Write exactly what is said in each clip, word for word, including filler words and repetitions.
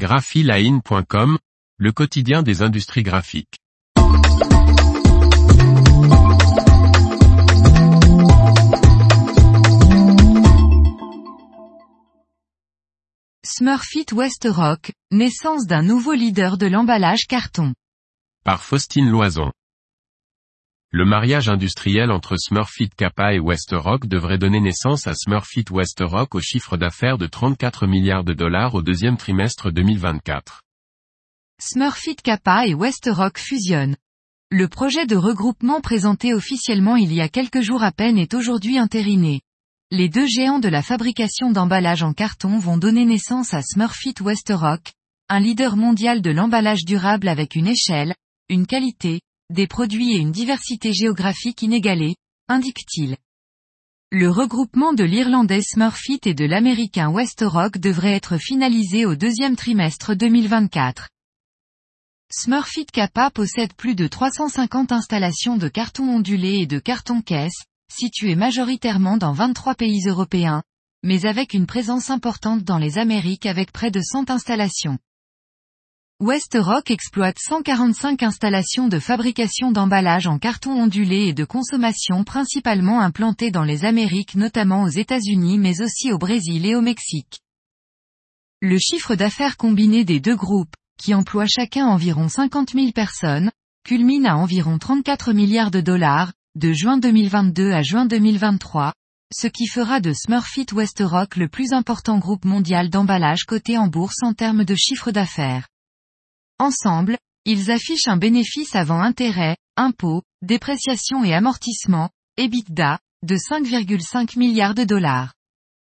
graphiline point com, le quotidien des industries graphiques. Smurfit Westerock, naissance d'un nouveau leader de l'emballage carton. Par Faustine Loison. Le mariage industriel entre Smurfit Kappa et Westerock devrait donner naissance à Smurfit Westerock au chiffre d'affaires de trente-quatre milliards de dollars au deuxième trimestre deux mille vingt-quatre. Smurfit Kappa et Westerock fusionnent. Le projet de regroupement présenté officiellement il y a quelques jours à peine est aujourd'hui entériné. Les deux géants de la fabrication d'emballage en carton vont donner naissance à Smurfit Westerock, un leader mondial de l'emballage durable avec une échelle, une qualité, des produits et une diversité géographique inégalée, indique-t-il. Le regroupement de l'Irlandais Smurfit et de l'Américain Westerock devrait être finalisé au deuxième trimestre deux mille vingt-quatre. Smurfit Kappa possède plus de trois cent cinquante installations de carton ondulé et de carton-caisse, situées majoritairement dans vingt-trois pays européens, mais avec une présence importante dans les Amériques avec près de cent installations. Westerock exploite cent quarante-cinq installations de fabrication d'emballage en carton ondulé et de consommation principalement implantées dans les Amériques, notamment aux États-Unis mais aussi au Brésil et au Mexique. Le chiffre d'affaires combiné des deux groupes, qui emploient chacun environ cinquante mille personnes, culmine à environ trente-quatre milliards de dollars, de juin deux mille vingt-deux à juin deux mille vingt-trois, ce qui fera de Smurfit Westerock le plus important groupe mondial d'emballage coté en bourse en termes de chiffre d'affaires. Ensemble, ils affichent un bénéfice avant intérêts, impôts, dépréciation et amortissement, EBITDA, de cinq virgule cinq milliards de dollars.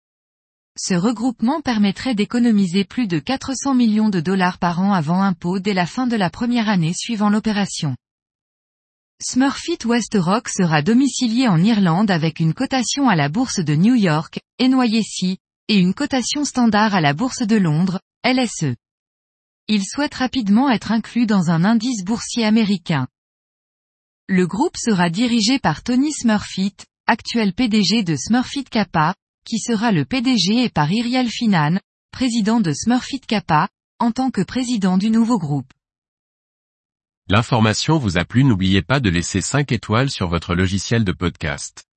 Ce regroupement permettrait d'économiser plus de quatre cents millions de dollars par an avant impôts dès la fin de la première année suivant l'opération. Smurfit Westerock sera domicilié en Irlande avec une cotation à la bourse de New York, N Y S E, et une cotation standard à la bourse de Londres, L S E. Il souhaite rapidement être inclus dans un indice boursier américain. Le groupe sera dirigé par Tony Smurfit, actuel P D G de Smurfit Kappa, qui sera le P D G et par Irial Finan, président de Smurfit Kappa, en tant que président du nouveau groupe. L'information vous a plu, n'oubliez pas de laisser cinq étoiles sur votre logiciel de podcast.